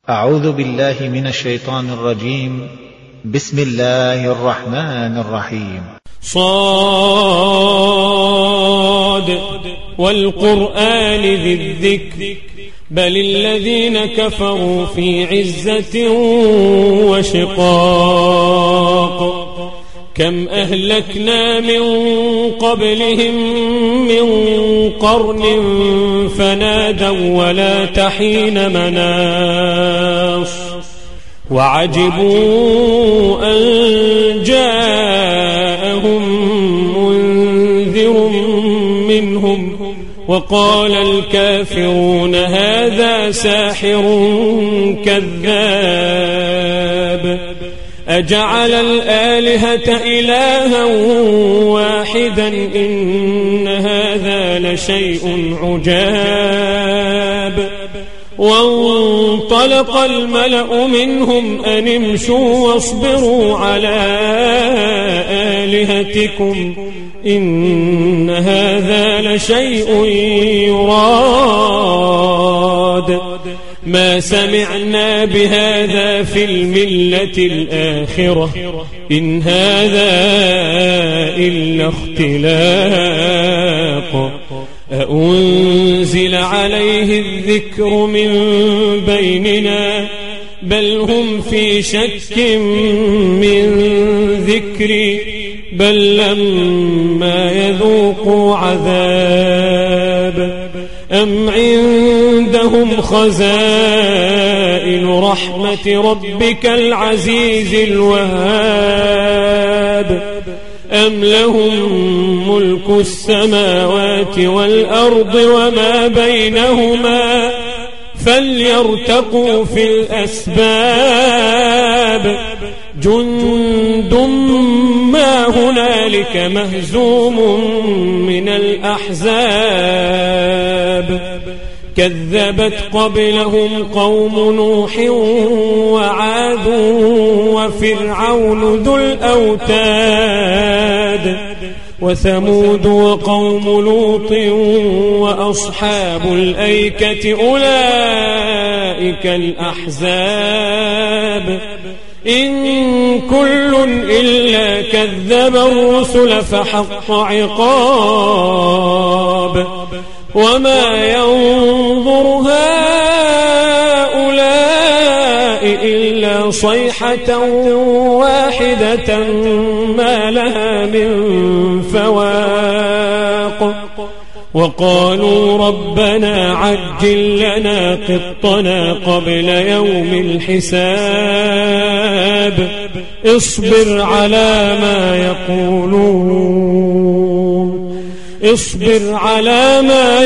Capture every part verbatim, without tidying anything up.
أعوذ بالله من الشيطان الرجيم. بسم الله الرحمن الرحيم. صاد والقرآن ذي الذكر بل الذين كفروا في عزة وشقاق كم أهلكنا من قبلهم من قرن فنادوا ولا تحين مناص وعجبوا أن جاءهم منذر منهم وقال الكافرون هذا ساحر كذاب أجعل الآلهة إلها واحدا إن هذا لشيء عجاب وانطلق الملأ منهم أن امشوا واصبروا على آلهتكم إن هذا لشيء يراد ما سمعنا بهذا في الملة الآخرة إن هذا إلا اختلاق أأنزل عليه الذكر من بيننا بل هم في شك من ذكري بل لما يذوقوا عذاب أم عندهم خزائن رحمة ربك العزيز الوهاب أم لهم ملك السماوات والأرض وما بينهما فليرتقوا في الأسباب جند ما هنالك مهزوم من الأحزاب كذبت قبلهم قوم نوح وعاد وفرعون ذو الأوتاد وثمود وقوم لوط وأصحاب الأيكة أولئك الأحزاب إن كل إلا كذب الرسل فحق عقاب وما ينظر هؤلاء إلا صيحة واحدة ما لها من فواق وقالوا ربنا عجل لنا قطنا قبل يوم الحساب اصبر على ما يقولون اصبر على ما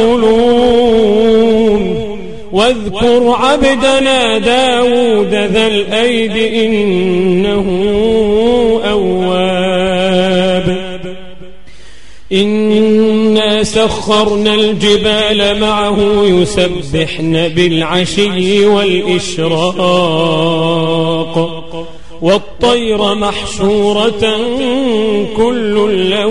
يقولون واذكر عبدنا داود ذا الأيد إنه أواب إنا سخرنا الجبال معه يسبحن بالعشي والإشراق والطير محشورة كل له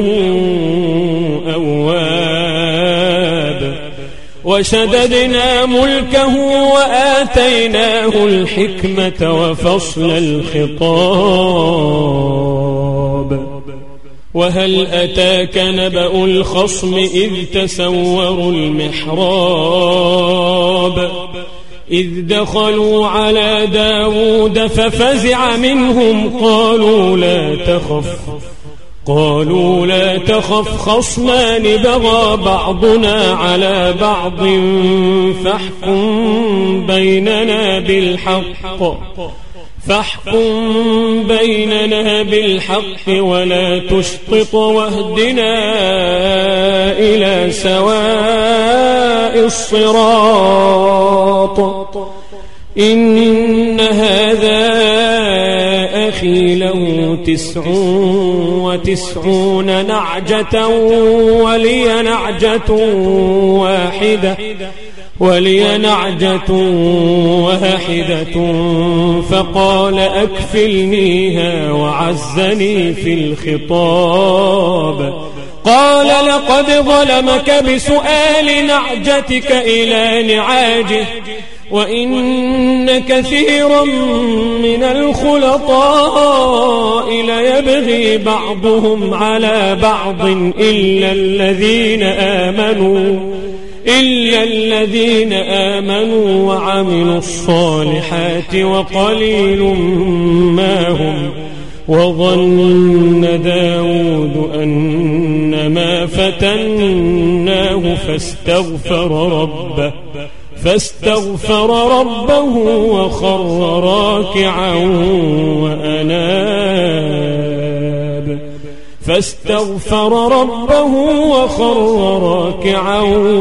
أواب وشددنا ملكه وآتيناه الحكمة وفصل الخطاب وهل أتاك نبأ الخصم إذ تسوروا المحراب إذ دخلوا على داود ففزع منهم قالوا لا تخف قالوا لا تخف خصمان بغى بعضنا على بعض فاحكم بيننا بالحق فاحكم بيننا بالحق ولا تشطط واهدنا إلى سواء الصراط إن هذا أخي له تسع وتسعون نعجة ولي نعجة واحدة ولي نعجة واحدة فقال أكفلنيها وعزني في الخطاب قال لقد ظلمك بسؤال نعجتك إلى نعاجه وإن كثيرا من الخلطاء ليبغي بعضهم على بعض إلا الذين آمنوا إلا الذين آمنوا وعملوا الصالحات وقليل ما هم. وظن داود أنما فتناه فاستغفر ربه فاستغفر ربه وخر راكعا وأناب فاستغفر ربه وخر راكعا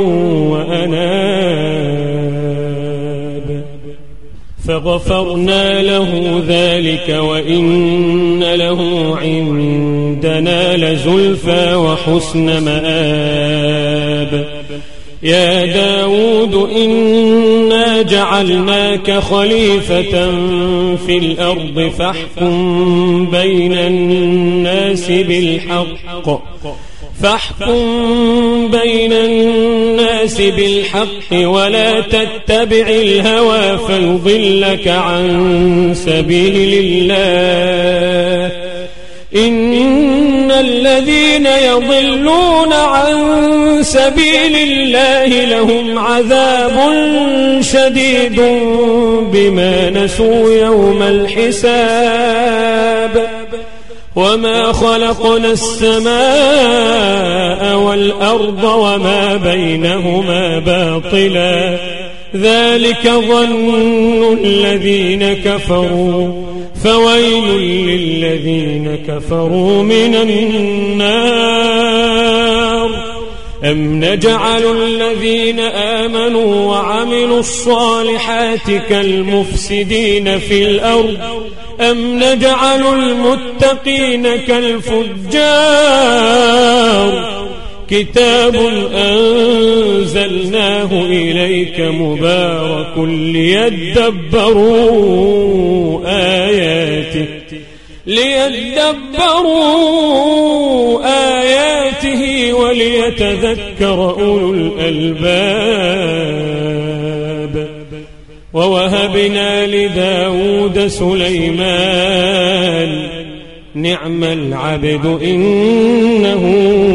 وأناب فغفرنا له ذلك وإن له عندنا لزلفى وحسن مآب. يا داود إنا جعلناك خليفة في الأرض فاحكم بين الناس بالحق فاحكم بين الناس بالحق ولا تتبع الهوى فيضلك عن سبيل الله. إن الذين يضلون عن سبيل الله لهم عذاب شديد بما نسوا يوم الحساب. وما خلقنا السماء والأرض وما بينهما باطلا ذلك ظن الذين كفروا فويل للذين كفروا من النار. أم نجعل الذين آمنوا وعملوا الصالحات كالمفسدين في الأرض أم نجعل المتقين كالفجار. كتاب أنزلناه إليك مبارك ليدبروا آياته ليدبروا آياته وليتذكر أولو الألباب. ووهبنا لداود سليمان نعم العبد إنه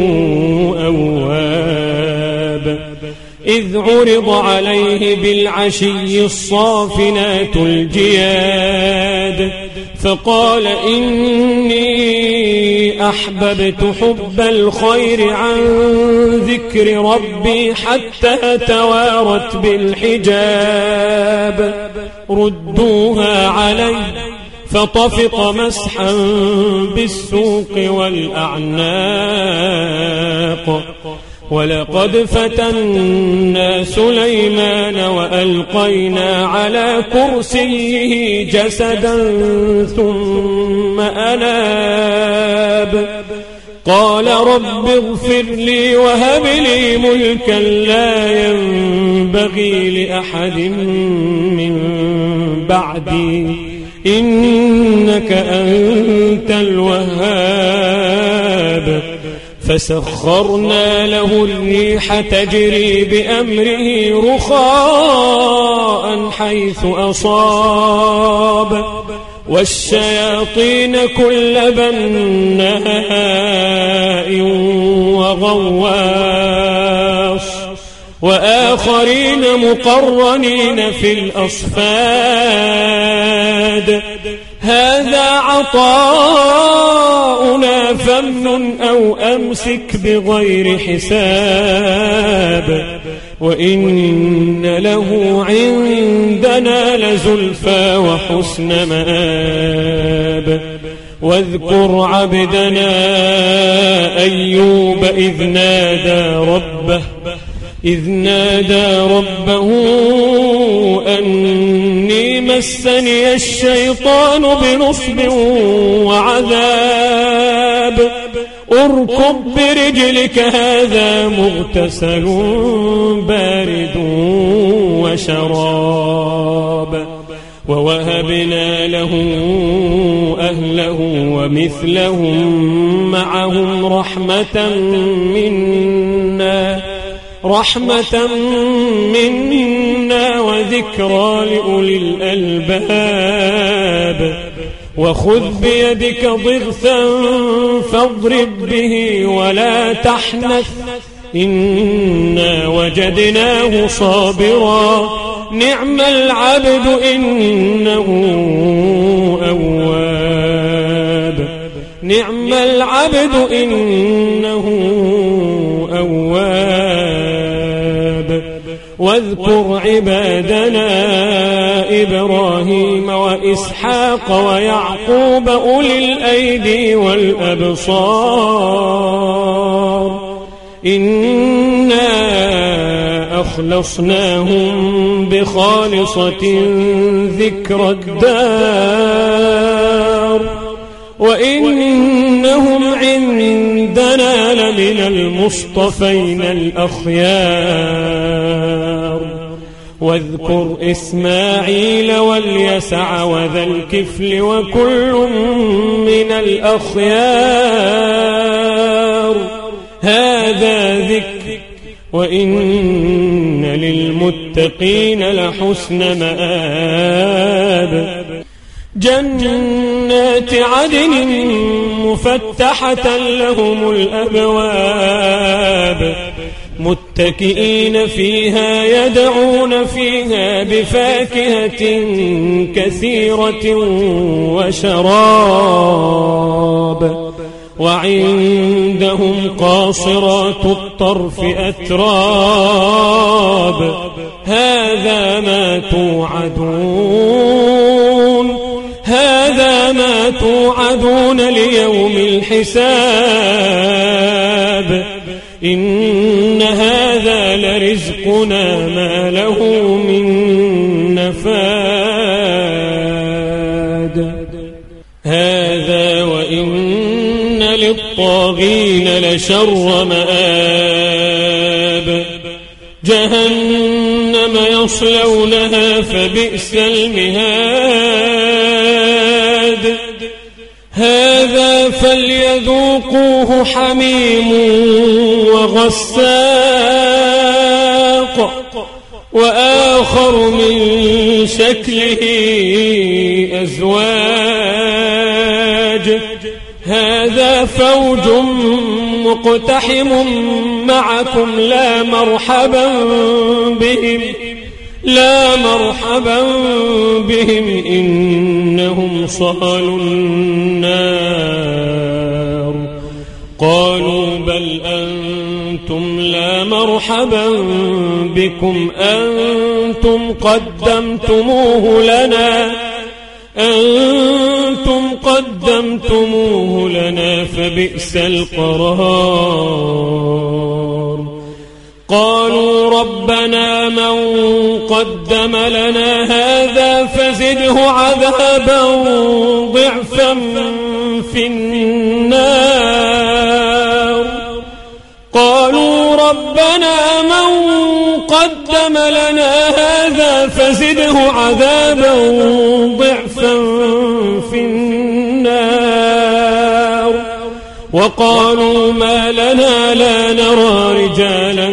أواب. إذ عرض عليه بالعشي الصافنات الجياد فقال إني أحببت حب الخير عن ذكر ربي حتى توارت بالحجاب. ردوها علي فطفق مسحا بالسوق والأعناق. ولقد فتنا سليمان وألقينا على كرسيه جسدا ثم أناب. قال رب اغفر لي وهب لي ملكا لا ينبغي لأحد من بعدي إنك أنت الوهاب. فسخرنا له الريح تجري بأمره رخاء حيث أصاب والشياطين كل بناء وغواص وآخرين مقرنين في الأصفاد. هذا عطاؤنا فامنن أو أمسك بغير حساب. وإن له عندنا لزلفى وحسن مآب. واذكر عبدنا أيوب إذ نادى ربه إذ نادى ربه أني مسني الشيطان بنصب وعذاب. اركض برجلك هذا مغتسل بارد وشراب. ووهبنا له أهله ومثلهم معهم رحمة منا رحمة منا وذكرى لأولي الألباب وخذ بيدك ضغثا فاضرب به ولا تحنث إنا وجدناه صابرا نعم العبد إنه أواب نعم العبد إنه أواب واذكر عبادنا إبراهيم وإسحاق ويعقوب أولي الأيدي والأبصار إنا أخلصناهم بخالصة ذكر الدار وإنهم عندنا لمن المصطفين الأخيار واذكر إسماعيل واليسع وذا الكفل وكل من الأخيار هذا ذكر وإن للمتقين لحسن مآب جنات عدن مفتحة لهم الأبواب متكئين فيها يدعون فيها بفاكهة كثيرة وشراب وعندهم قاصرات الطرف أتراب هذا ما توعدون هذا ما توعدون ليوم الحساب إن هذا لرزقنا ما له من نفاد هذا وإن للطاغين لشر مآب جهنم يصلونها فبئس المهاد هذا فليذوقوه حميم وغساق وآخر من شكله أزواج هذا فوج مقتحم معكم لا مرحبا بهم لا مرحبا بهم إنهم صالوا النار قالوا بل أنتم لا مرحبا بكم أنتم قدمتموه لنا أنتم قدمتموه لنا فبئس القرار قالوا ربنا من قدم لنا هذا فزده عذابا ضعفا في النار قالوا ربنا من قدم لنا هذا فزده عذابا ضعفا في النار وقالوا ما لنا لا نرى رجالا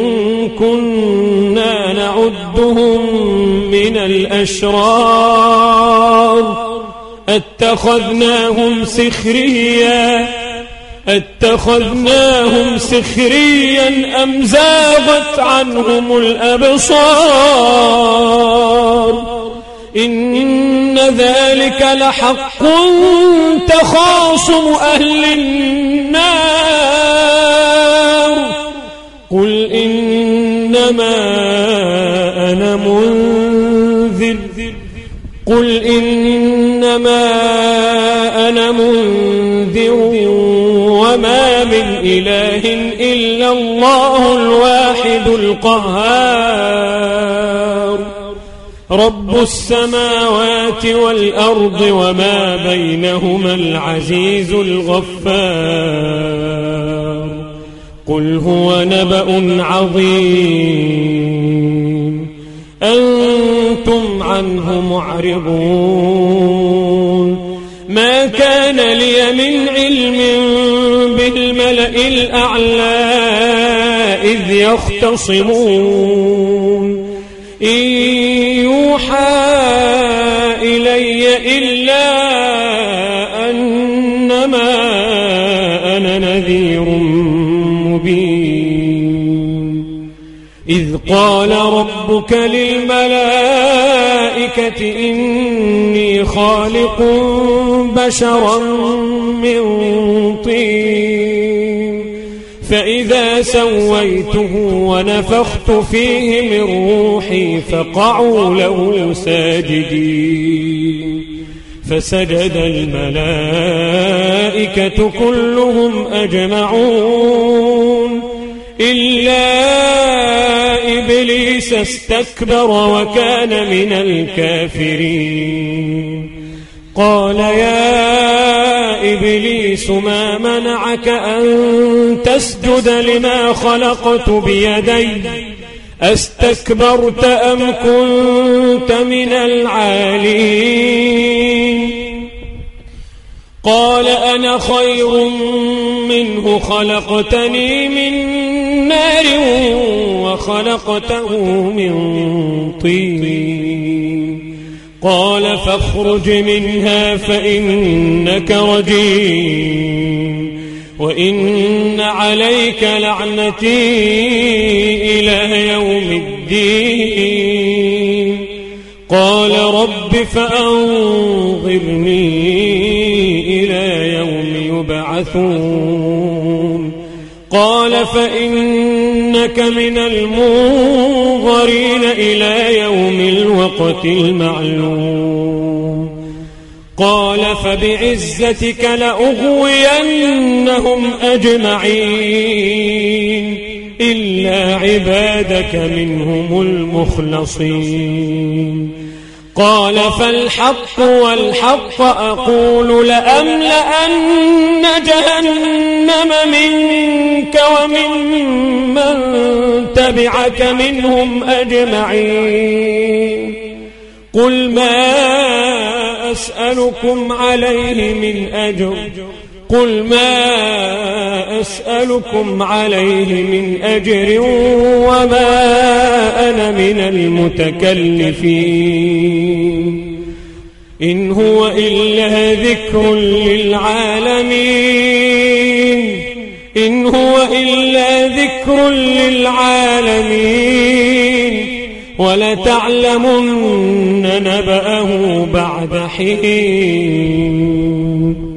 كنا نعدهم من الأشرار اتخذناهم سخريا اتخذناهم سخريا أم زاغت عنهم الأبصار إن ذلك لحق تخاصم أهل النار قل إنما أنا منذر قل إنما أنا منذر وما من إله إلا الله الواحد القهار رب السماوات والأرض وما بينهما العزيز الغفار قل هو نبأ عظيم أنتم عنه معرضون ما كان لي من علم بالملأ الأعلى إذ يختصمون إن يوحى إلي إلا أنما أنا نذير مبين إذ قال ربك للملائكة إني خالق بشرا من طين فإذا سويته ونفخت فيه من روحي فقعوا له ساجدين فسجد الملائكة كلهم أجمعون إلا إبليس استكبر وكان من الكافرين قال يا إبليس ما منعك أن تسجد لما خلقت بيدي أستكبرت أم كنت من العالين قال أنا خير منه خلقتني من نار وخلقته من طين قال فاخرج منها فإنك رجيم وإن عليك لعنتي إلى يوم الدين قال رب فأنظرني إلى يوم يبعثون قال فإنك من المنظرين إلى يوم الوقت المعلوم قال فبعزتك لأغوينهم أجمعين إلا عبادك منهم المخلصين قال فالحق والحق أقول لأملأن جهنم منك ومن من تبعك منهم أجمعين قل ما أسألكم عليه من أجر قل ما أسألكم عليه من أجر وما أنا من المتكلفين إن هو إلا ذكر للعالمين إن هو إلا ذكر للعالمين ولتعلمن نبأه بعد حين